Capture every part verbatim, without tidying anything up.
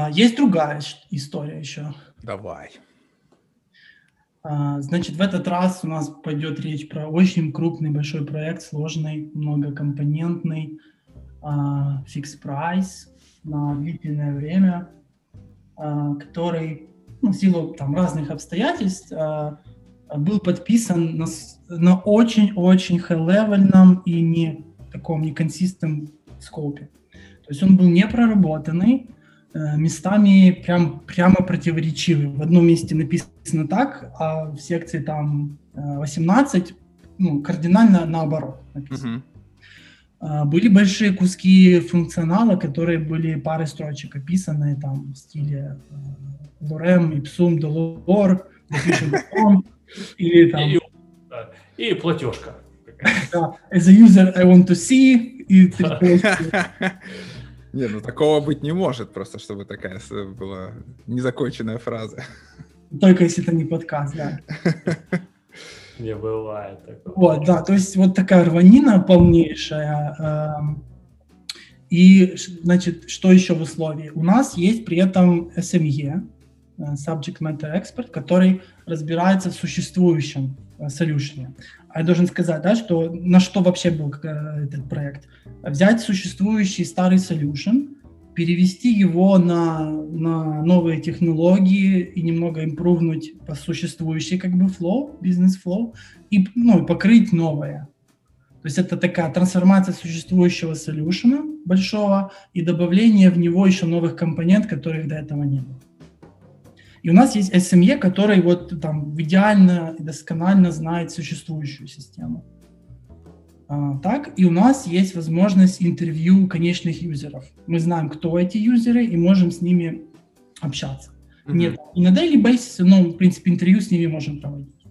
А, есть другая история еще. Давай. А, значит, в этот раз у нас пойдет речь про очень крупный большой проект, сложный, многокомпонентный, а, fixed price на длительное время, а, который, ну, в силу там разных обстоятельств а, был подписан на, на очень-очень high-level'ном и не таком неконсистентном скопе. То есть он был не проработанный, местами прям, прямо противоречивый. В одном месте написано так, а в секции там восемнадцать, ну, кардинально наоборот написано. Uh-huh. Были большие куски функционала, которые были парой строчек описаны там в стиле lorem, ipsum, dolor, или там... И, и, и платежка. Да, as a user I want to see, и Не, ну такого быть не может, просто чтобы такая была незаконченная фраза. Только если это не подкаст, да. Не бывает такого. Вот, да, то есть вот такая рванина полнейшая. И, значит, что еще в условии? У нас есть при этом эс эм и, Subject Matter Expert, который разбирается в существующем solution. А я должен сказать, да, что на что вообще был этот проект? Взять существующий старый solution, перевести его на, на новые технологии и немного импрувнуть по существующей как бы flow, бизнес-flow, и, ну, покрыть новое. То есть это такая трансформация существующего solution большого и добавление в него еще новых компонентов, которых до этого не было. И у нас есть эс эм и, который вот там идеально и досконально знает существующую систему. А, так, и у нас есть возможность интервью конечных юзеров. Мы знаем, кто эти юзеры, и можем с ними общаться. Mm-hmm. Нет, и на daily basis, но, в принципе, интервью с ними можем проводить.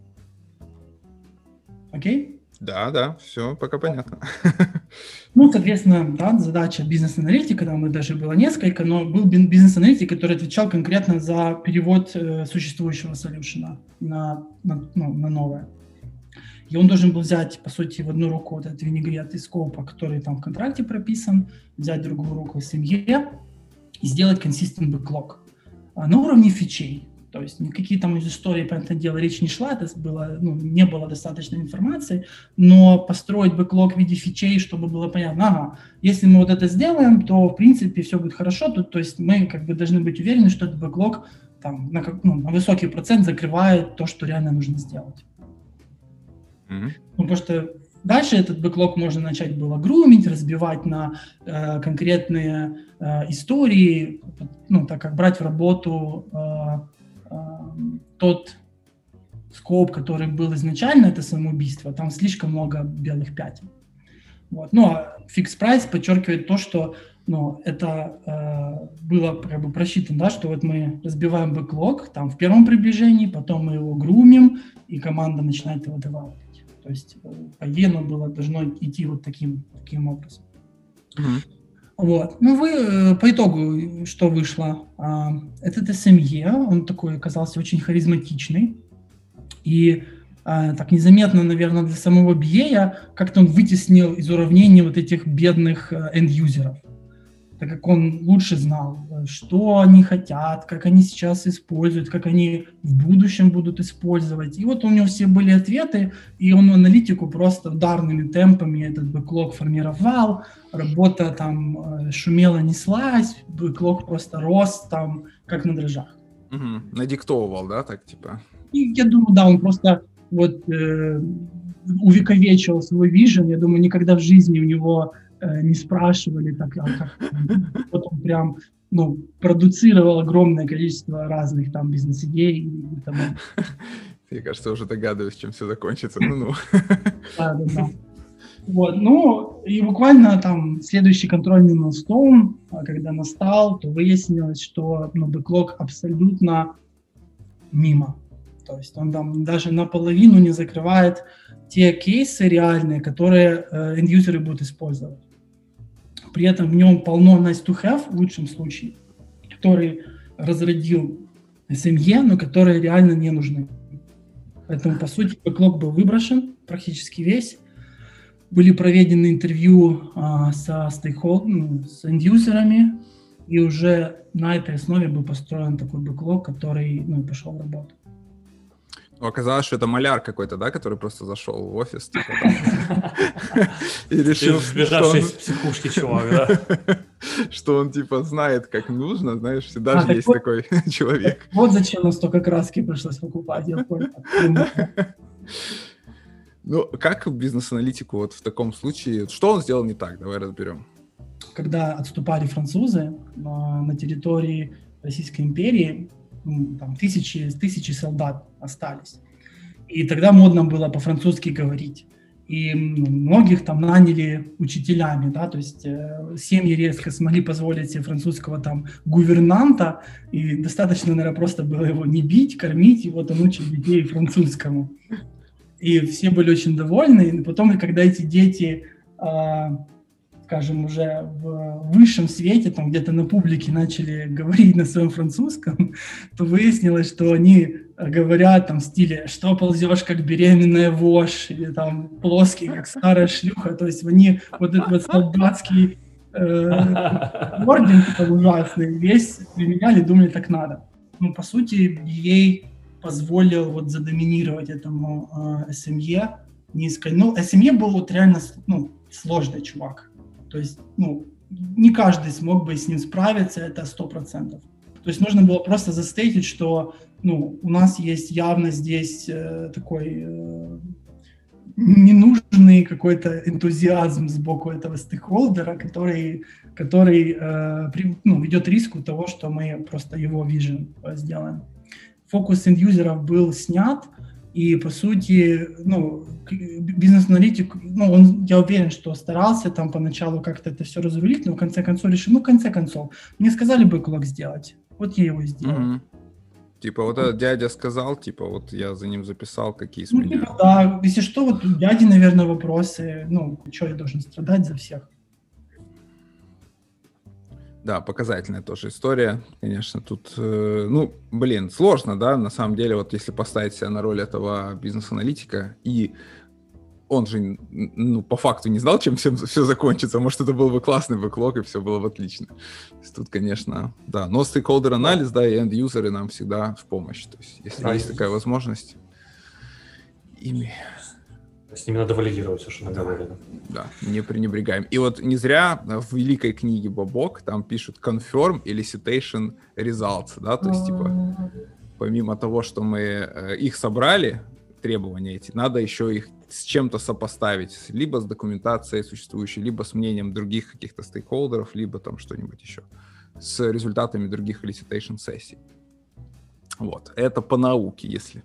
Окей? Да, да, все пока понятно. Ну, соответственно, да, задача бизнес-аналитика, там мы даже было несколько, но был бизнес-аналитик, который отвечал конкретно за перевод э, существующего солюшена на, на, ну, на новое. И он должен был взять, по сути, в одну руку вот этот винегрет из скопа, который там в контракте прописан, взять в другую руку эс эм и и сделать consistent backlog а, на уровне фичей. То есть никакие там из истории, понятное дело, речь не шла, это было, ну, не было достаточно информации, но построить бэклог в виде фичей, чтобы было понятно, ага, если мы вот это сделаем, то, в принципе, все будет хорошо, то, то есть мы как бы должны быть уверены, что этот бэклог там, на, ну, на высокий процент закрывает то, что реально нужно сделать. Mm-hmm. Ну, потому что дальше этот бэклог можно начать было грумить, разбивать на э, конкретные э, истории, ну, так как брать в работу э, тот скоп, который был изначально, это самоубийство, там слишком много белых пятен. Вот. Ну, а fixed price подчеркивает то, что, ну, это э, было как бы просчитано, да, что вот мы разбиваем бэклог там в первом приближении, потом мы его грумим, и команда начинает его девелопить. То есть по идее оно было, должно идти вот таким, таким образом. Mm-hmm. Вот. Ну, вы, по итогу, что вышло? Этот эс эм и, он такой оказался очень харизматичный. И так незаметно, наверное, для самого би эй как-то он вытеснил из уравнения вот этих бедных энд-юзеров. Так как он лучше знал, что они хотят, как они сейчас используют, как они в будущем будут использовать. И вот у него все были ответы, и он аналитику просто ударными темпами этот бэклог формировал, работа там шумела, неслась, бэклог просто рос там, как на дрожжах. Угу. Надиктовывал, да, так типа? И я думаю, да, он просто вот э, увековечивал свой вижен. Я думаю, никогда в жизни у него не спрашивали, так, а как вот он прям, ну, продуцировал огромное количество разных там бизнес-идей. Мне кажется, уже догадываюсь, чем все закончится. Ну-ну. Да, да, да. Вот, ну, и буквально там следующий контрольный майлстоун, когда настал, то выяснилось, что, ну, бэклог абсолютно мимо. То есть он там даже наполовину не закрывает те кейсы реальные, которые э, энд-юзеры будут использовать. При этом в нем полно nice to have, в лучшем случае, который разродил эс эм и, но которые реально не нужны. Поэтому, по сути, бэклог был выброшен практически весь. Были проведены интервью а, со стейкхолдерами, с энд-юзерами, и уже на этой основе был построен такой бэклог, который, ну, пошел в работу. Оказалось, что это маляр какой-то, да, который просто зашел в офис, типа, и решил, сбежавший из психушки чувак, да? Что он, типа, знает, как нужно, знаешь, всегда же есть такой человек. Вот зачем нам столько краски пришлось покупать, я понял. Ну, как бизнес-аналитику вот в таком случае, что он сделал не так? Давай разберем. Когда отступали французы на, на территории Российской империи, там тысячи, тысячи солдат остались. И тогда модно было по-французски говорить. И многих там наняли учителями, да, то есть э, семьи резко смогли позволить себе французского там гувернанта, и достаточно, наверное, просто было его не бить, кормить, и вот он учил детей французскому. И все были очень довольны. И потом, когда эти дети, э, скажем, уже в высшем свете, там где-то на публике начали говорить на своем французском, то выяснилось, что они говорят там в стиле «что ползешь, как беременная вошь», или там «плоский, как старая шлюха». То есть они вот этот вот солдатский э, орден ужасный весь применяли, думали, так надо. Ну, по сути, ей позволил вот задоминировать этому э, эс эм и низко. Ну, эс эм и был вот реально, ну, сложный чувак. То есть, ну, не каждый смог бы с ним справиться, это сто процентов. То есть нужно было просто застейтить, что, ну, у нас есть явно здесь э, такой э, ненужный какой-то энтузиазм сбоку этого стейкхолдера, который, который э, при, ну, ведет риску того, что мы просто его vision сделаем. Фокус энд-юзеров был снят, и, по сути, ну, бизнес-аналитик, ну, он, я уверен, что старался там поначалу как-то это все разрулить, но в конце концов решил, ну, в конце концов, мне сказали бэклог сделать, вот я его сделал. Mm-hmm. Типа вот этот дядя сказал, типа вот я за ним записал, какие с ну, меня. Типа, да, если что, вот у дяди, наверное, вопросы, ну, что я должен страдать за всех. Да, показательная тоже история, конечно, тут, э, ну, блин, сложно, да, на самом деле, вот если поставить себя на роль этого бизнес-аналитика, и он же, ну, по факту не знал, чем все, все закончится, может, это был бы классный бэклог, и все было бы отлично. То есть тут, конечно, да, но стейкхолдер-анализ, да, и энд-юзеры нам всегда в помощь, то есть если а есть такая возможность, ими... С ними надо валидировать все, что наговорено. Да, не пренебрегаем. И вот не зря в великой книге Бобок там пишут confirm elicitation results, да, то есть типа помимо того, что мы э, их собрали, требования эти, надо еще их с чем-то сопоставить, либо с документацией существующей, либо с мнением других каких-то стейкхолдеров, либо там что-нибудь еще, с результатами других elicitation сессий. Вот, это по науке, если...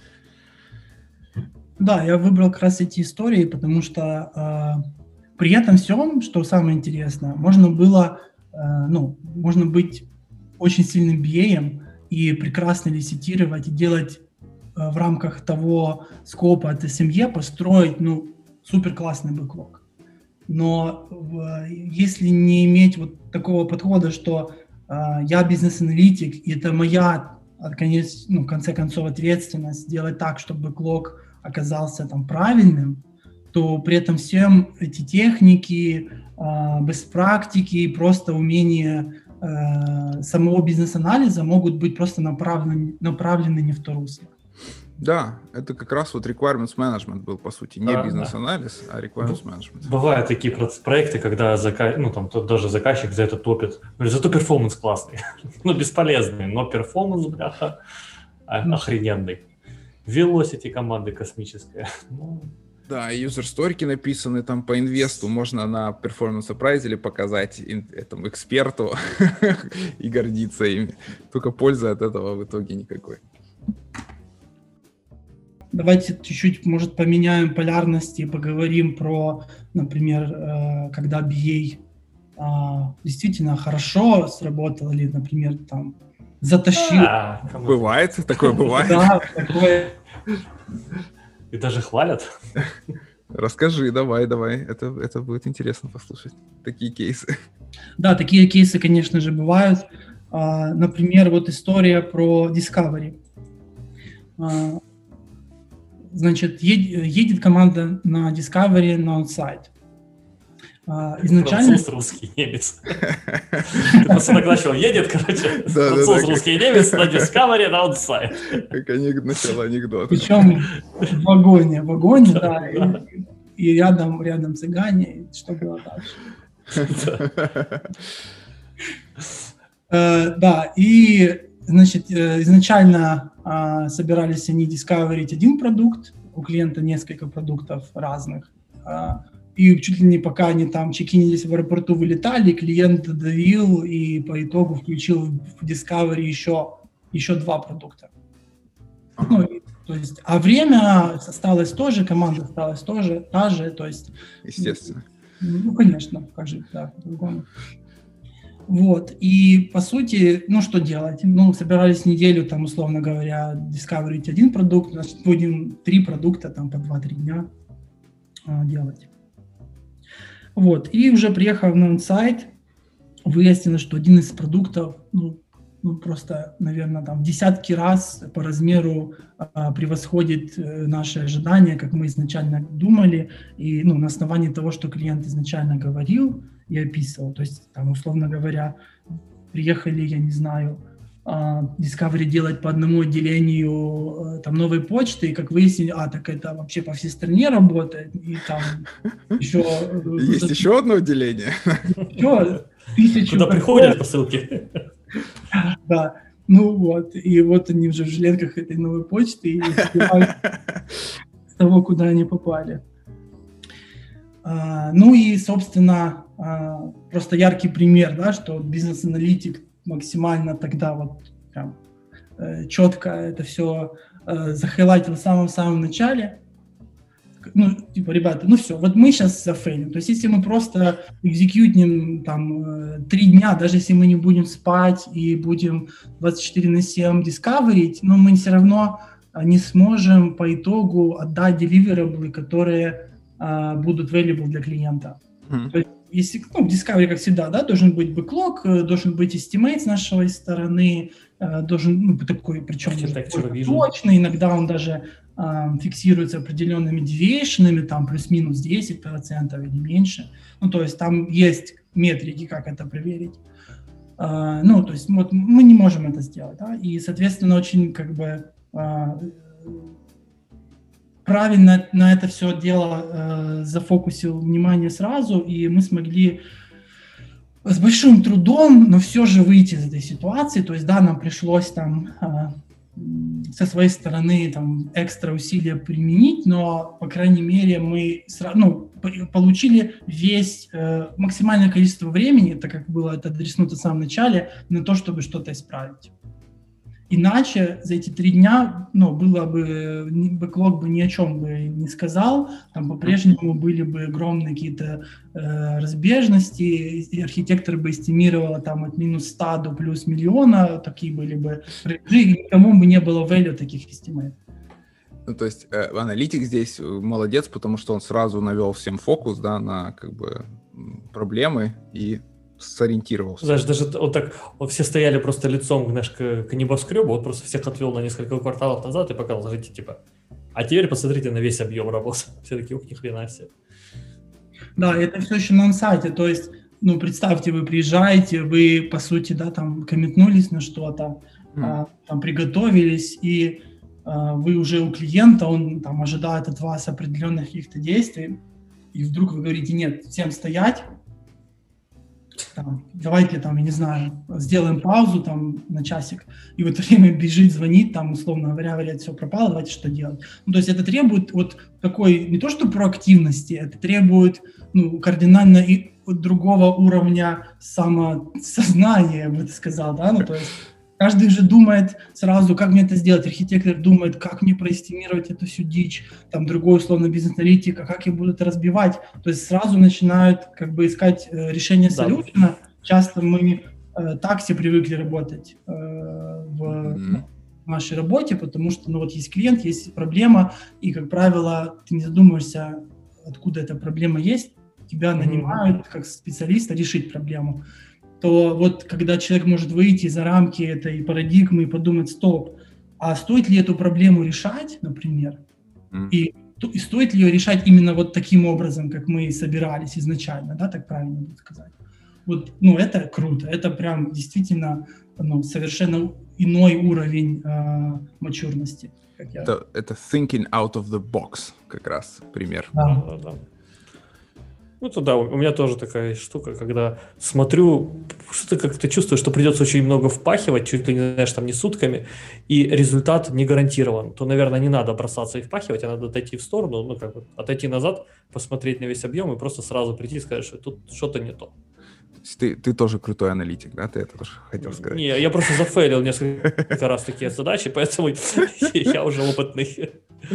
Да, я выбрал как раз эти истории, потому что э, при этом всем, что самое интересное, можно было, э, ну, можно быть очень сильным би эй-ем и прекрасно лиситировать и делать э, в рамках того скопа от эс эм и построить, ну, супер классный бэклог. Но э, если не иметь вот такого подхода, что э, я бизнес-аналитик, и это моя, конец, ну, в конце концов, ответственность сделать так, чтобы бэклог оказался там правильным, то при этом всем эти техники, best практики, просто умение э, самого бизнес-анализа могут быть просто направлены, направлены не в то русло. Да, это как раз вот requirements management был, по сути, не да, бизнес-анализ, да. а requirements management. Бывают такие проекты, когда зака... ну, там, тот даже заказчик за это топит. Говорит, зато перформанс классный. Ну, бесполезный, но перформанс, бляха, охрененный. Velocity команды космическая. Ну... Да, юзер-сторики написаны там по инвесту, можно на перформанс-апрайзеле показать этому эксперту и гордиться ими. Только пользы от этого в итоге никакой. Давайте чуть-чуть, может, поменяем полярности и поговорим про, например, когда би эй действительно хорошо сработал или, например, там затащил. А, бывает, такое бывает. Да, такое. И даже хвалят. Расскажи, давай, давай. Это, это будет интересно послушать. Такие кейсы. Да, такие кейсы, конечно же, бывают. Например, вот история про Discovery. Значит, едет команда на Discovery на on-site. Изначально... Француз, русский, немец. Ты просто так начал, едет, короче, француз, русский, немец на Discovery на аутсайд. Как начало анекдота. Причем в вагоне, в вагоне, да, и рядом, рядом цыгане, что было дальше. Да, и, значит, изначально собирались они дискаверить один продукт, у клиента несколько продуктов разных, и чуть ли не пока они там чекинились в аэропорту, вылетали, клиент давил и по итогу включил в Discovery еще, еще два продукта. Ну, и, то есть, а время осталось тоже, команда осталась тоже, та же, то есть... Естественно. Ну, конечно, как же, да, по-другому. Вот, и по сути, ну, что делать? Ну, собирались неделю, там, условно говоря, дискаверить один продукт, значит, будем три продукта, там, по два-три дня а, делать. Вот, и уже приехав на онсайт, выяснилось, что один из продуктов, ну, ну просто, наверное, там, в десятки раз по размеру а, превосходит э, наши ожидания, как мы изначально думали, и, ну, на основании того, что клиент изначально говорил и описывал. То есть, там, условно говоря, приехали, я не знаю, Discovery делать по одному отделению там новой почты, и как выяснили, а, так это вообще по всей стране работает, и там еще... Есть еще одно отделение? Еще тысячу... Куда приходят посылки. Да, ну вот, и вот они уже в жилетках этой новой почты и сбивают с того, куда они попали. Ну и, собственно, просто яркий пример, да, что бизнес-аналитик максимально тогда вот прям э, четко это все э, захайлайтил в самом-самом начале. Ну, типа, ребята, ну все, вот мы сейчас зафейлим. То есть, если мы просто экзекьютнем там э, три дня, даже если мы не будем спать и будем двадцать четыре на семь дискаверить, но мы все равно не сможем по итогу отдать деливераблы, которые э, будут available для клиента. Mm-hmm. То есть, если, ну, в Discovery, как всегда, да, должен быть бэклог, должен быть estimate с нашей стороны, должен, ну, такой, причем точный, иногда он даже э, фиксируется определенными девиейшенами, там плюс-минус десять процентов или меньше. Ну, то есть там есть метрики, как это проверить. Э, ну, то есть вот мы не можем это сделать, да, и, соответственно, очень, как бы, э, правильно на это все дело э, зафокусил внимание сразу, и мы смогли с большим трудом, но все же выйти из этой ситуации. То есть, да, нам пришлось там э, со своей стороны там экстра усилия применить, но, по крайней мере, мы сразу, ну, получили весь э, максимальное количество времени, так как было это адреснуто в самом начале, на то, чтобы что-то исправить. Иначе за эти три дня, ну, было бы, бэклог бы ни о чем бы не сказал, там по-прежнему были бы огромные какие-то э, разбежности, и архитектор бы эстимировал там от минус ста до плюс миллиона, такие были бы рейджи, и никому бы не было value таких эстиматов. Ну, то есть э, аналитик здесь молодец, потому что он сразу навел всем фокус, да, на, как бы, проблемы и сориентировался. Знаешь, даже вот так, вот все стояли просто лицом, знаешь, к, к небоскребу, вот просто всех отвел на несколько кварталов назад и показал, смотрите, типа, а теперь посмотрите на весь объем работы. Все такие, ух, ни хрена себе. Да, это все еще на сайте, то есть, ну, представьте, вы приезжаете, вы, по сути, да, там, коммитнулись на что-то, mm. а, там, приготовились, и а, вы уже у клиента, он там ожидает от вас определенных каких-то действий, и вдруг вы говорите, нет, всем стоять, там, давайте, там, я не знаю, сделаем паузу там на часик, и в это время бежит, звонит, там, условно говоря, говорят, все пропало, давайте что делать. Ну, то есть это требует вот такой, не то что проактивности, это требует, ну, кардинально и другого уровня самосознания, я бы сказал, да, ну, то есть каждый же думает сразу, как мне это сделать. Архитектор думает, как мне проэстимировать эту всю дичь. Там другой, условно, бизнес-аналитик, а как я буду это разбивать. То есть сразу начинают как бы искать э, решение солюшена. Да. Часто мы э, так все привыкли работать э, в mm-hmm. нашей работе, потому что, ну, вот есть клиент, есть проблема, и, как правило, ты не задумываешься, откуда эта проблема есть. Тебя нанимают mm-hmm. как специалиста решить проблему. То вот когда человек может выйти за рамки этой парадигмы и подумать, стоп, а стоит ли эту проблему решать, например, mm. и и стоит ли ее решать именно вот таким образом, как мы собирались изначально, да, так правильно будет сказать. Вот, ну, это круто, это прям действительно, ну, совершенно иной уровень э, матурности. Как я... это, это thinking out of the box, как раз пример. Да, да, да. Ну, то да, у меня тоже такая штука, когда смотрю, что-то как-то чувствую, что придется очень много впахивать, чуть ли не, знаешь, там не сутками, и результат не гарантирован, то, наверное, не надо бросаться и впахивать, а надо отойти в сторону, ну, как бы отойти назад, посмотреть на весь объем и просто сразу прийти и сказать, что тут что-то не то. Ты, ты тоже крутой аналитик, да? Ты это тоже хотел сказать? Не, я просто зафейлил несколько раз такие задачи, поэтому я уже опытный.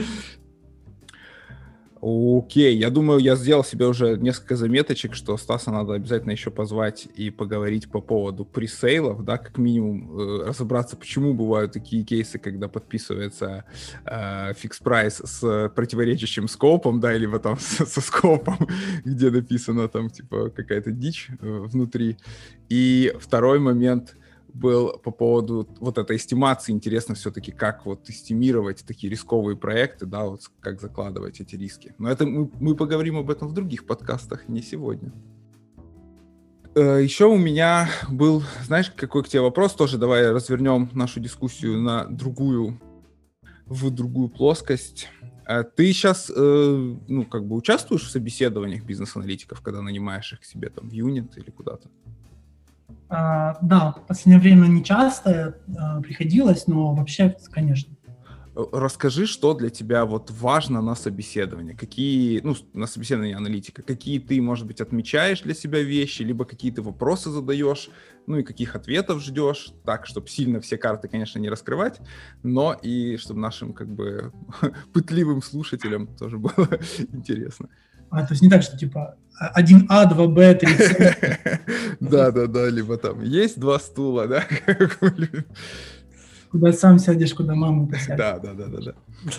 Окей, я думаю, я сделал себе уже несколько заметочек, что Стаса надо обязательно еще позвать и поговорить по поводу пресейлов, да, как минимум э, разобраться, почему бывают такие кейсы, когда подписывается э, фикс-прайс с противоречащим скопом, да, либо там со, со скопом, где написано там типа какая-то дичь э, внутри. И второй момент был по поводу вот этой эстимации. Интересно все-таки, как вот эстимировать такие рисковые проекты, да, вот как закладывать эти риски. Но это мы, мы поговорим об этом в других подкастах, не сегодня. Еще у меня был, знаешь, какой к тебе вопрос, тоже давай развернем нашу дискуссию на другую, в другую плоскость. Ты сейчас, ну, как бы участвуешь в собеседованиях бизнес-аналитиков, когда нанимаешь их к себе там в юнит или куда-то? Uh, да, в последнее время не часто uh, приходилось, но вообще, конечно. Расскажи, что для тебя вот важно на собеседовании, какие, ну, на собеседовании аналитика, какие ты, может быть, отмечаешь для себя вещи, либо какие ты вопросы задаешь, ну и каких ответов ждешь, так, чтобы сильно все карты, конечно, не раскрывать, но и чтобы нашим, как бы, пытливым слушателям тоже было интересно. А, то есть не так, что типа один А, два Б, три С. Да-да-да, либо там есть два стула, да? Куда сам сядешь, куда маму посядешь. Да-да-да-да.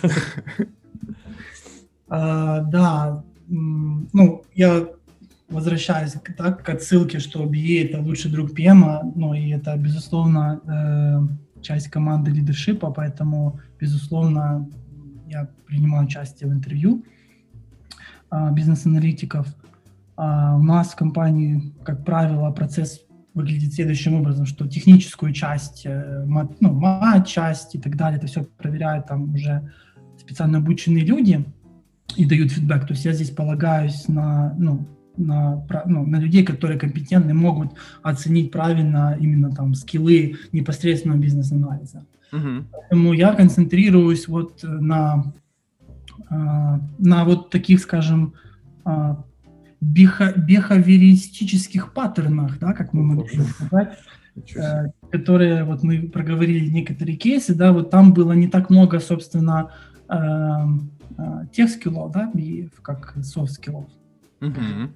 Да, ну, я возвращаюсь так, к отсылке, что би эй — это лучший друг пи эм, ну, и это, безусловно, часть команды лидершипа, поэтому, безусловно, я принимаю участие в интервью бизнес-аналитиков. У нас в компании, как правило, процесс выглядит следующим образом, что техническую часть, ну, мат-часть и так далее, это все проверяют там уже специально обученные люди и дают фидбэк. То есть я здесь полагаюсь на, ну, на, ну, на людей, которые компетентны, могут оценить правильно именно там скиллы непосредственного бизнес-анализа. Uh-huh. Поэтому я концентрируюсь вот на на вот таких, скажем, бихавиористических паттернах, да, как мы могли сказать, которые, вот мы проговорили некоторые кейсы, да, вот там было не так много, собственно, тех скиллов, да, как soft скиллов. Mm-hmm.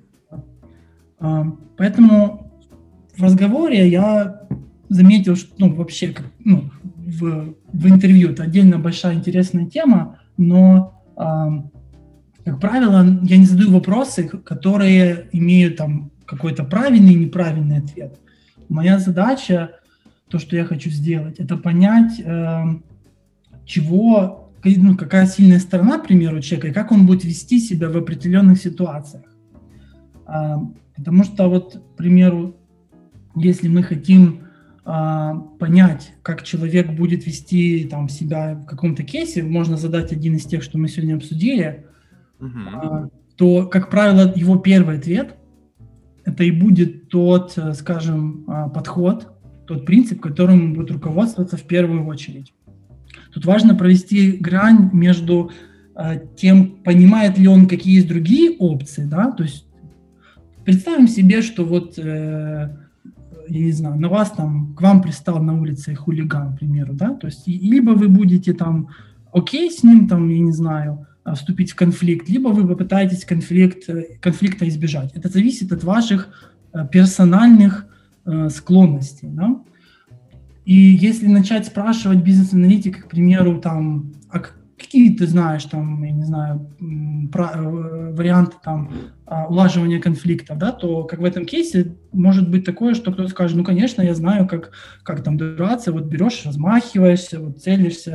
Поэтому в разговоре я заметил, что, ну, вообще, ну, в, в интервью это отдельно большая интересная тема, но как правило, я не задаю вопросы, которые имеют там какой-то правильный и неправильный ответ. Моя задача, то, что я хочу сделать, это понять, э, чего, ну, какая сильная сторона, к примеру, человека, и как он будет вести себя в определенных ситуациях. Э, потому что, вот, к примеру, если мы хотим э, понять, как человек будет вести там, себя в каком-то кейсе, можно задать один из тех, что мы сегодня обсудили, Uh-huh. то, как правило, его первый ответ – это и будет тот, скажем, подход, тот принцип, которым он будет руководствоваться в первую очередь. Тут важно провести грань между тем, понимает ли он, какие есть другие опции, да, то есть представим себе, что вот, я не знаю, на вас там, к вам пристал на улице хулиган, к примеру, да, то есть либо вы будете там окей с ним, там, я не знаю, вступить в конфликт, либо вы попытаетесь конфликт, конфликта избежать. Это зависит от ваших персональных э, склонностей. Да? И если начать спрашивать бизнес-аналитика, к примеру, там, а какие ты знаешь, там, я не знаю, про, варианты там, улаживания конфликтов, да, то, как в этом кейсе, может быть такое, что кто-то скажет, ну, конечно, я знаю, как, как там драться, вот берешь, размахиваешься, вот целишься,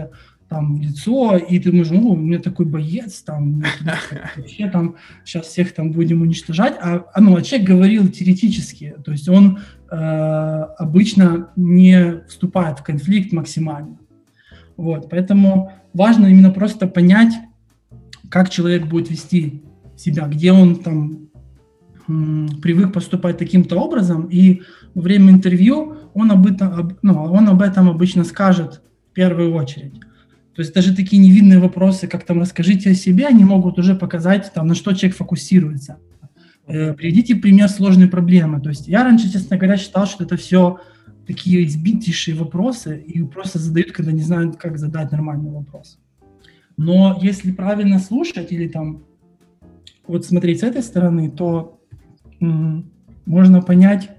там в лицо, и ты думаешь, ну, у меня такой боец, там, вообще там, сейчас всех там будем уничтожать, а, ну, а человек говорил теоретически, то есть он э, обычно не вступает в конфликт максимально. Вот, поэтому важно именно просто понять, как человек будет вести себя, где он там м, привык поступать таким-то образом, и во время интервью он об этом, ну, он об этом обычно скажет в первую очередь. То есть даже такие невинные вопросы, как там «расскажите о себе», они могут уже показать, там, на что человек фокусируется. Э, приведите пример сложной проблемы. То есть я раньше, честно говоря, считал, что это все такие избитейшие вопросы, и просто задают, когда не знают, как задать нормальный вопрос. Но если правильно слушать или там вот смотреть с этой стороны, то м- можно понять,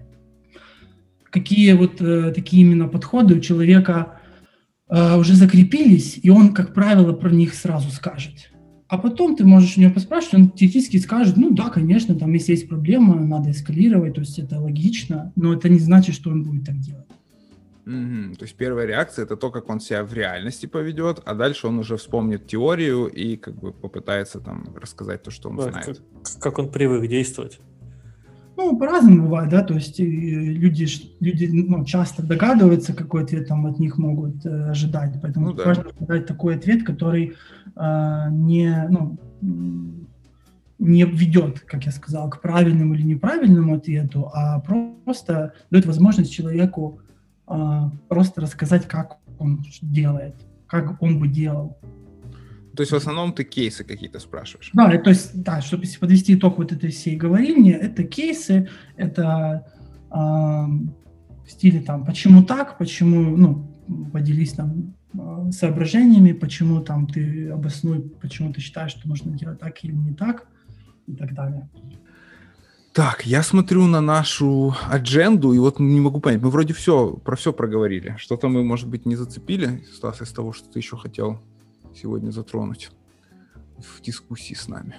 какие вот э, такие именно подходы у человека уже закрепились, и он, как правило, про них сразу скажет. А потом ты можешь у него поспрашивать, он теоретически скажет, ну да, конечно, там если есть проблема, надо эскалировать, то есть это логично, но это не значит, что он будет так делать. Mm-hmm. То есть первая реакция — это то, как он себя в реальности поведет, а дальше он уже вспомнит теорию и как бы попытается там рассказать то, что он да, знает. Как, как он привык действовать. Ну, по-разному бывает, да, то есть люди, люди ну, часто догадываются, какой ответ там от них могут э, ожидать, поэтому ну, да. важно дать такой ответ, который э, не, ну, не ведет, как я сказал, к правильному или неправильному ответу, а просто дает возможность человеку э, просто рассказать, как он делает, как он бы делал. То есть в основном ты кейсы какие-то спрашиваешь? Да, то есть, да, чтобы подвести итог вот этой всей говорильни, это кейсы, это э, в стиле там, почему так, почему, ну, поделись там э, соображениями, почему там ты обоснуй, почему ты считаешь, что нужно делать так или не так, и так далее. Так, я смотрю на нашу адженду, и вот не могу понять, мы вроде все, про все проговорили. Что-то мы, может быть, не зацепили, Стас, из того, что ты еще хотел сегодня затронуть в дискуссии с нами?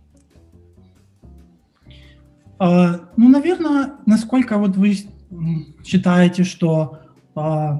А, ну, наверное, насколько вот вы считаете, что а,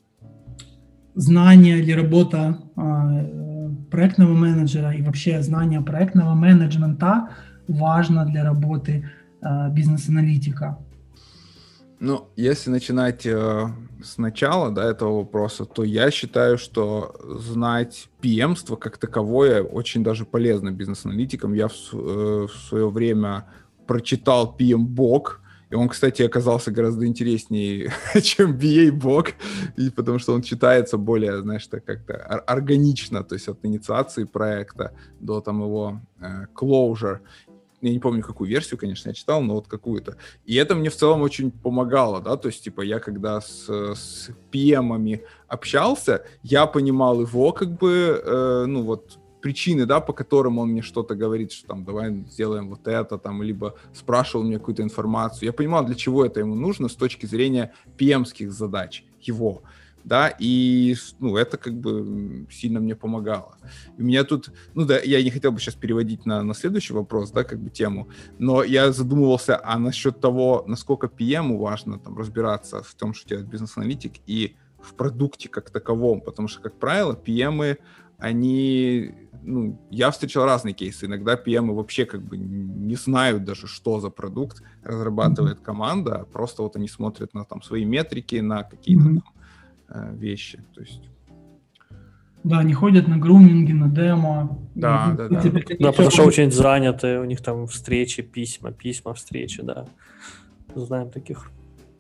знание или работа а, проектного менеджера и вообще знание проектного менеджмента важно для работы а, бизнес-аналитика? Ну, если начинать э, с начала, да, этого вопроса, то я считаю, что знать пи эм-ство как таковое очень даже полезно бизнес-аналитикам. Я в, э, в свое время прочитал пи эм-бок, и он, кстати, оказался гораздо интереснее, чем би эй-бок, и потому что он читается более, знаешь, так как-то органично, то есть от инициации проекта до там его э, closure. Я не помню, какую версию, конечно, я читал, но вот какую-то. И это мне в целом очень помогало, да, то есть, типа, я когда с, с пи эм-ами общался, я понимал его, как бы, э, ну, вот, причины, да, по которым он мне что-то говорит, что там, давай сделаем вот это, там, либо спрашивал мне какую-то информацию. Я понимал, для чего это ему нужно с точки зрения пи эм-ских задач его. Да, и, ну, это как бы сильно мне помогало. У меня тут, ну да, я не хотел бы сейчас переводить на, на следующий вопрос, да, как бы тему, но я задумывался, а насчет того, насколько пи эм важно там разбираться в том, что делает бизнес-аналитик и в продукте как таковом, потому что, как правило, пи эм-ы, они, ну, я встречал разные кейсы, иногда пи эм-ы вообще как бы не знают даже, что за продукт разрабатывает команда, просто вот они смотрят на там свои метрики, на какие-то Mm-hmm. там вещи, то есть... Да, они ходят на груминги, на демо. Да, и, да, да. Да, да потому что очень заняты, у них там встречи, письма, письма, встречи, да. Знаем таких.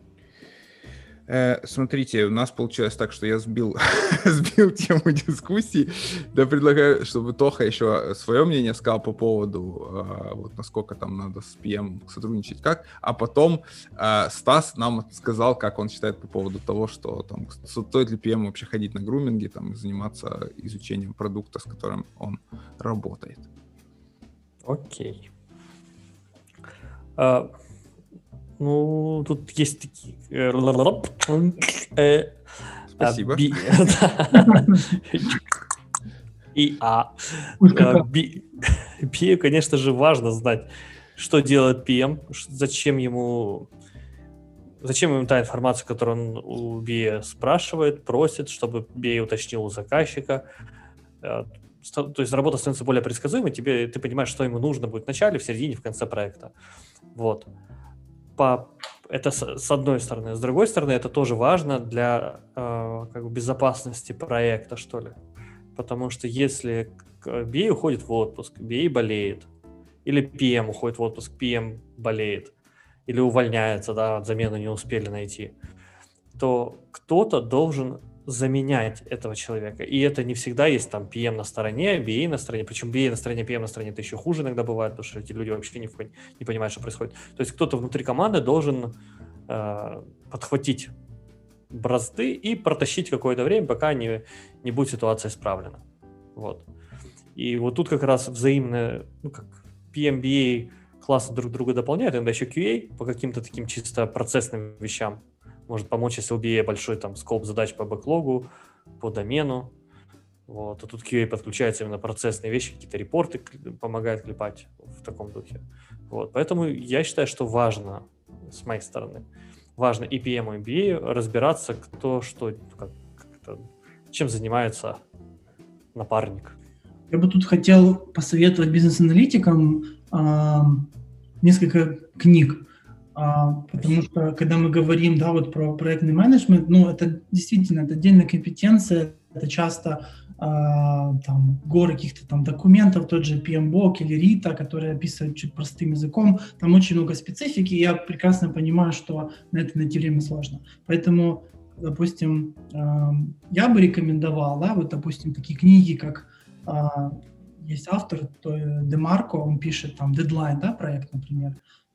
Э, смотрите, у нас получилось так, что я сбил, сбил тему дискуссии. Да, предлагаю, чтобы Тоха еще свое мнение сказал по поводу, э, вот насколько там надо с пи эм сотрудничать, как. А потом э, Стас нам сказал, как он считает по поводу того, что там стоит ли пи эм вообще ходить на груминги там, и заниматься изучением продукта, с которым он работает. Окей. А... Ну, тут есть такие... Спасибо. И а. пи эм, конечно же, важно знать, что делает пи эм, зачем ему зачем им та информация, которую он у би эй спрашивает, просит, чтобы би эй уточнил у заказчика. То есть работа становится более предсказуемой, тебе, ты понимаешь, что ему нужно будет в начале, в середине, в конце проекта. Вот. По, это с, с одной стороны. С другой стороны, это тоже важно для э, как бы безопасности проекта, что ли. Потому что если би эй уходит в отпуск, би эй болеет, или пи эм уходит в отпуск, пи эм болеет, или увольняется, да, замену не успели найти, то кто-то должен заменять этого человека. И это не всегда есть там пи эм на стороне, би эй на стороне, причем би эй на стороне, пи эм на стороне, это еще хуже иногда бывает, потому что эти люди вообще не, не понимают, что происходит. То есть кто-то внутри команды должен э, подхватить бразды и протащить какое-то время, пока не, не будет ситуация исправлена. Вот. И вот тут как раз взаимное, ну как пи эм, би эй классы друг друга дополняют, иногда еще кью эй по каким-то таким чисто процессным вещам может помочь, если у би эй большой там скоп задач по бэклогу, по домену. Вот. А тут кью эй подключается именно процессные вещи, какие-то репорты помогает клепать в таком духе. Вот. Поэтому я считаю, что важно, с моей стороны, важно и пи эм, и би эй разбираться, кто что, как, как чем занимается напарник. Я бы тут хотел посоветовать бизнес-аналитикам э, несколько книг. Потому что, когда мы говорим, да, вот про проектный менеджмент, ну, это действительно это отдельная компетенция, это часто э, там горы каких-то там документов, тот же пи эм бок или рита, которые описывают чуть простым языком, там очень много специфики, и я прекрасно понимаю, что на это найти время сложно. Поэтому, допустим, э, я бы рекомендовал, да, вот, допустим, такие книги, как э, есть автор, то Демарко, он пишет там Deadline, да, проект, например.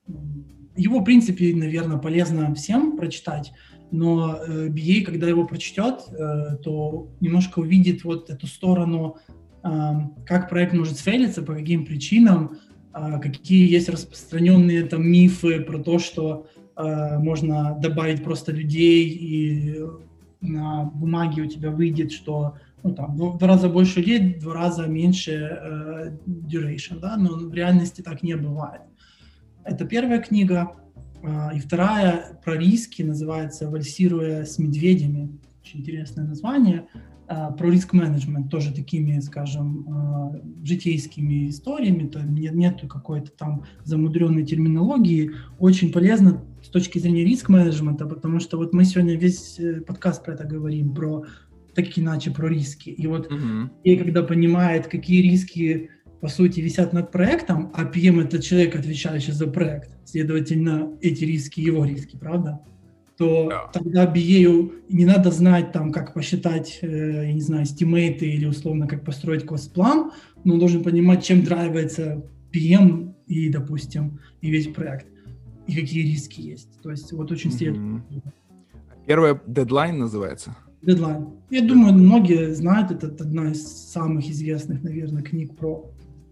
Его, в принципе, наверное, полезно всем прочитать, но э, би эй, когда его прочтет, э, то немножко увидит вот эту сторону, э, как проект может сфейлиться, по каким причинам, э, какие есть распространенные там мифы про то, что э, можно добавить просто людей, и на бумаге у тебя выйдет, что ну, там, в два раза больше людей, в два раза меньше э, duration, да, но в реальности так не бывает. Это первая книга. И вторая про риски, называется «Вальсируя с медведями». Очень интересное название. Про риск-менеджмент, тоже такими, скажем, житейскими историями. То нет, нету какой-то там замудренной терминологии. Очень полезно с точки зрения риск-менеджмента, потому что вот мы сегодня весь подкаст про это говорим, про так или иначе про риски. И вот mm-hmm. и когда понимает, какие риски по сути, висят над проектом, а пи эм – это человек, отвечающий за проект. Следовательно, эти риски – его риски, правда? То yeah. тогда би эй не надо знать, там, как посчитать, э, я не знаю, стимейты или, условно, как построить кост-план, но он должен понимать, чем драйвается пи эм и, допустим, и весь проект, и какие риски есть. То есть вот очень следует. Mm-hmm. Первая Deadline называется? Deadline. Я думаю, многие знают, это одна из самых известных, наверное, книг про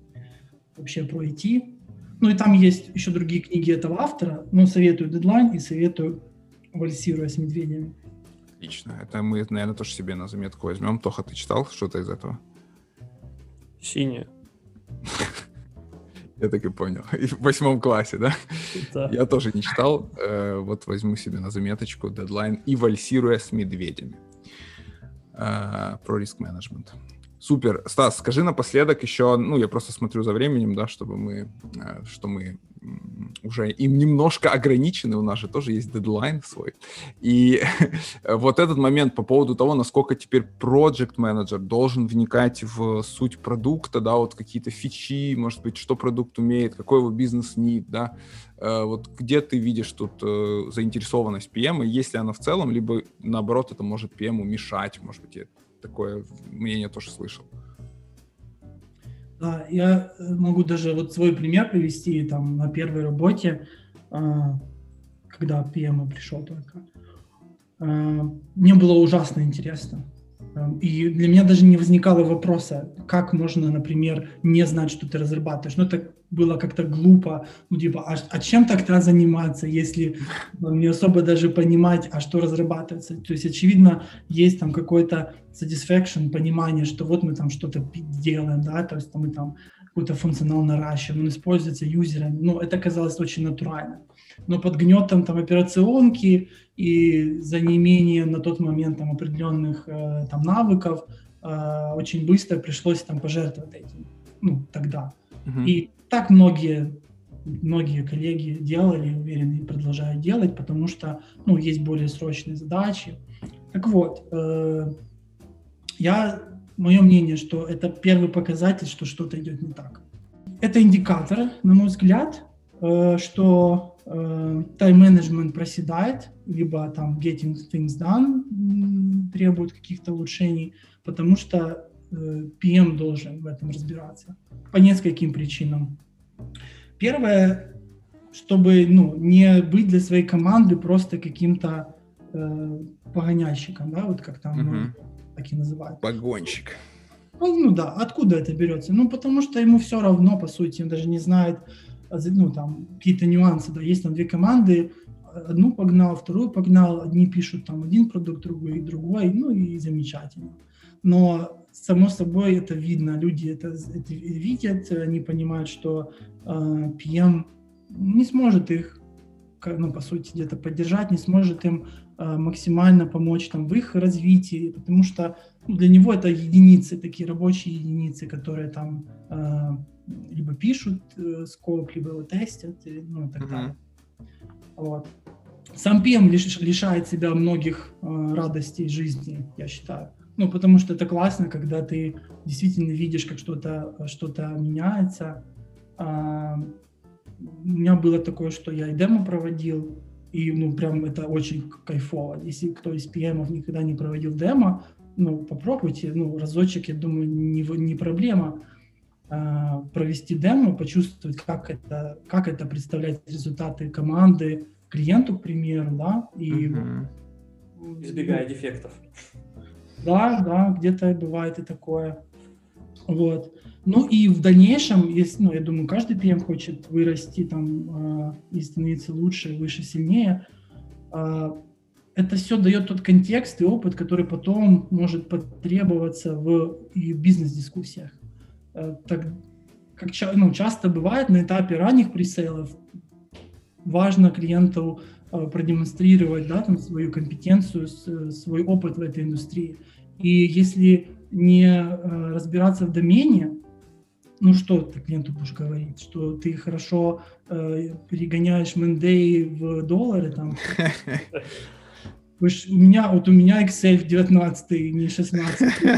вообще про ай ти. Ну и там есть еще другие книги этого автора, но советую Deadline и советую «Вальсируя с медведями». Отлично. Это мы, наверное, тоже себе на заметку возьмем. Тоха, ты читал что-то из этого? Синее. Я так и понял. И в восьмом классе, да? Да. Я тоже не читал. Вот возьму себе на заметочку Deadline и «Вальсируя с медведями». Про риск-менеджмент. Супер. Стас, скажи напоследок еще, ну, я просто смотрю за временем, да, чтобы мы, что мы уже им немножко ограничены, у нас же тоже есть дедлайн свой. И вот этот момент по поводу того, насколько теперь project manager должен вникать в суть продукта, да, вот какие-то фичи, может быть, что продукт умеет, какой его бизнес-нид, да, вот где ты видишь тут заинтересованность пи эм, и есть ли она в целом, либо наоборот это может пи эм мешать, может быть, я такое мнение тоже слышал. Да, я могу даже вот свой пример привести там на первой работе, когда пи эм пришел только. Мне было ужасно интересно. И для меня даже не возникало вопроса, как можно, например, не знать, что ты разрабатываешь. Ну, это было как-то глупо. Ну, типа, а, а чем тогда заниматься, если не особо даже понимать, а что разрабатывается? То есть, очевидно, есть там какой-то satisfaction, понимание, что вот мы там что-то делаем, да, то есть мы там какой-то функционал наращиваем, он используется юзерами, ну, это казалось очень натурально. Но под гнетом там операционки и за неимением на тот момент там определенных э, там навыков э, очень быстро пришлось там пожертвовать этим, ну, тогда. Uh-huh. И так многие, многие коллеги делали, уверен, и продолжают делать, потому что, ну, есть более срочные задачи. Так вот, э, я, мое мнение, что это первый показатель, что что-то идет не так. Это индикатор, на мой взгляд, э, что э, тайм-менеджмент проседает, либо там getting things done м, требует каких-то улучшений, потому что э, пи эм должен в этом разбираться по нескольким причинам. Первое, чтобы, ну, не быть для своей команды просто каким-то э, погоняльщиком, да, вот как там uh-huh. так и называют. Погонщик. Ну, ну да, откуда это берется? Ну, потому что ему все равно, по сути, он даже не знает, ну, там, какие-то нюансы, да, есть там две команды, одну погнал, вторую погнал, одни пишут там один продукт, другой, другой, ну, и замечательно. Но, само собой, это видно, люди это, это видят, они понимают, что э, пи эм не сможет их, ну, по сути, где-то поддержать, не сможет им э, максимально помочь там в их развитии, потому что, ну, для него это единицы, такие рабочие единицы, которые там э, либо пишут э, скоп, либо его тестят, и, ну, и так uh-huh. далее. Вот. Сам пи эм лиш, лишает себя многих э, радостей жизни, я считаю. Ну, потому что это классно, когда ты действительно видишь, как что-то, что-то меняется. А, у меня было такое, что я и демо проводил, и, ну, прям это очень кайфово. Если кто из пи эм никогда не проводил демо, ну, попробуйте, ну, разочек, я думаю, не, не проблема а, провести демо, почувствовать, как это, как это представляет результаты команды клиенту, к примеру, да, и... Uh-huh. Избегая дефектов. Да, да, где-то бывает и такое. Вот. Ну и в дальнейшем, если, ну, я думаю, каждый пи эм хочет вырасти там э, и становиться лучше, выше, сильнее. Э, это все дает тот контекст и опыт, который потом может потребоваться в и бизнес-дискуссиях. Э, так, как ну, часто бывает на этапе ранних пресейлов, важно клиенту продемонстрировать, да, там, свою компетенцию, свой опыт в этой индустрии. И если не э, разбираться в домене, ну что ты клиенту будешь говорить, что ты хорошо э, перегоняешь мендей в доллары, там. Вы ж, у меня, вот у меня Excel в девятнадцатый, не шестнадцатый.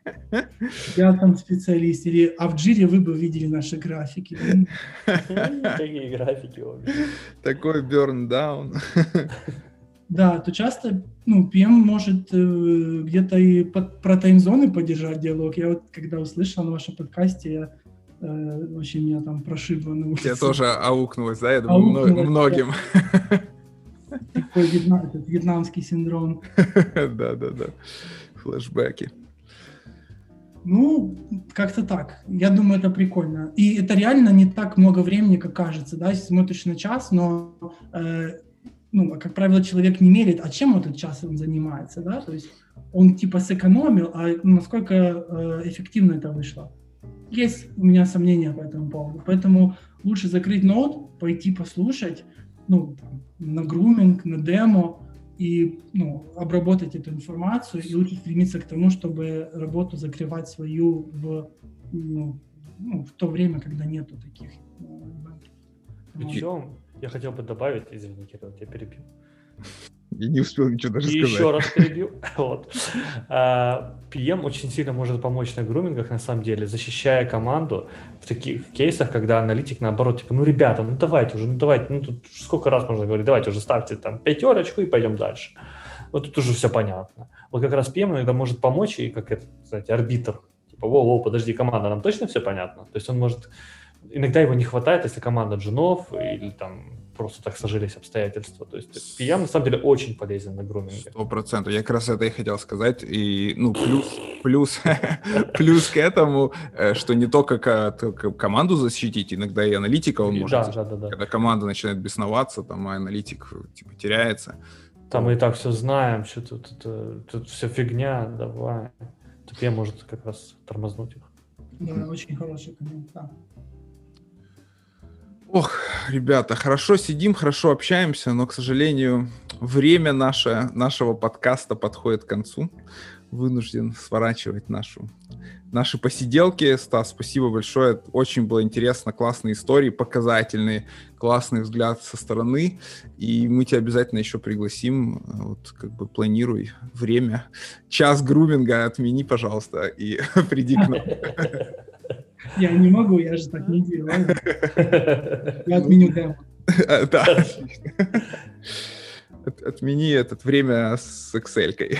Я там специалист. Или, а в Jira вы бы видели наши графики. Такие графики. Такой burn down. Да, то часто, ну, пи эм может э, где-то и под, про таймзоны поддержать диалог. Я вот, когда услышал на вашем подкасте, я э, очень меня там прошибло на улице. Тебе тоже аукнулось, да? Я думаю, аукнулось, многим. Да. Такой вьетнам, этот, вьетнамский синдром. Да-да-да, флешбеки. Ну, как-то так. Я думаю, это прикольно. И это реально не так много времени, как кажется, да, если смотришь на час, но, э, ну, как правило, человек не меряет, а чем этот час он занимается, да, то есть он типа сэкономил, а насколько э, эффективно это вышло. Есть у меня сомнения по этому поводу, поэтому лучше закрыть ноут, пойти послушать, ну, там, на груминг, на демо, и, ну, обработать эту информацию, и лучше стремиться к тому, чтобы работу закрывать свою в, ну, ну, в то время, когда нету таких ивентов. Причем, я хотел бы добавить, извини, Кирилл, я перебил. Я не успел ничего даже и сказать. Еще раз перебил. Вот. пи эм очень сильно может помочь на грумингах, на самом деле, защищая команду в таких кейсах, когда аналитик, наоборот, типа, ну, ребята, ну, давайте уже, ну, давайте, ну, тут сколько раз можно говорить, давайте уже ставьте там пятерочку и пойдем дальше. Вот тут уже все понятно. Вот как раз пи эм иногда может помочь, и как это, знаете, арбитр, типа, воу-воу, подожди, команда, нам точно все понятно? То есть он может, иногда его не хватает, если команда джунов или там просто так сложились обстоятельства. То есть пи эм на самом деле очень полезен на груминге. Сто процентов. Я как раз это и хотел сказать. И, ну, плюс, плюс, плюс к этому, что не только команду защитить, иногда и аналитика он может. Да, да, да, да. Когда команда начинает бесноваться, там, а аналитик типа теряется. Там мы и так все знаем, что тут, это, тут все фигня, давай. Тут я, может, как раз тормознуть их. Да, очень хороший коммент, да. Ох, ребята, хорошо сидим, хорошо общаемся, но, к сожалению, время наше, нашего подкаста подходит к концу. Вынужден сворачивать нашу, наши посиделки. Стас, спасибо большое. Очень было интересно, классные истории, показательные, классный взгляд со стороны. И мы тебя обязательно еще пригласим. Вот как бы планируй время. Час груминга отмени, пожалуйста, и приди к нам. Я не могу, я же так не делаю. Я отменю демо. Да. Отмени это время с Excel-кой.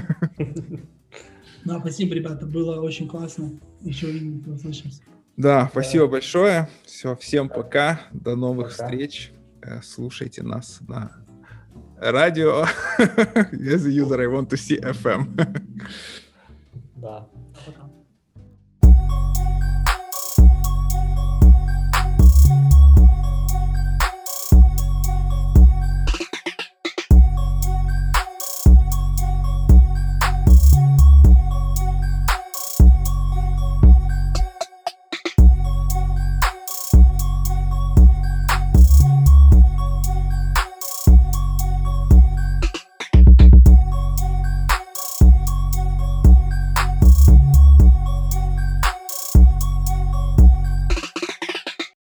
Да, спасибо, ребята, было очень классно. Еще и услышимся. Да, спасибо да. большое. Все, всем пока. До новых пока. встреч. Слушайте нас на радио. As a user, I want to see эф эм. Да.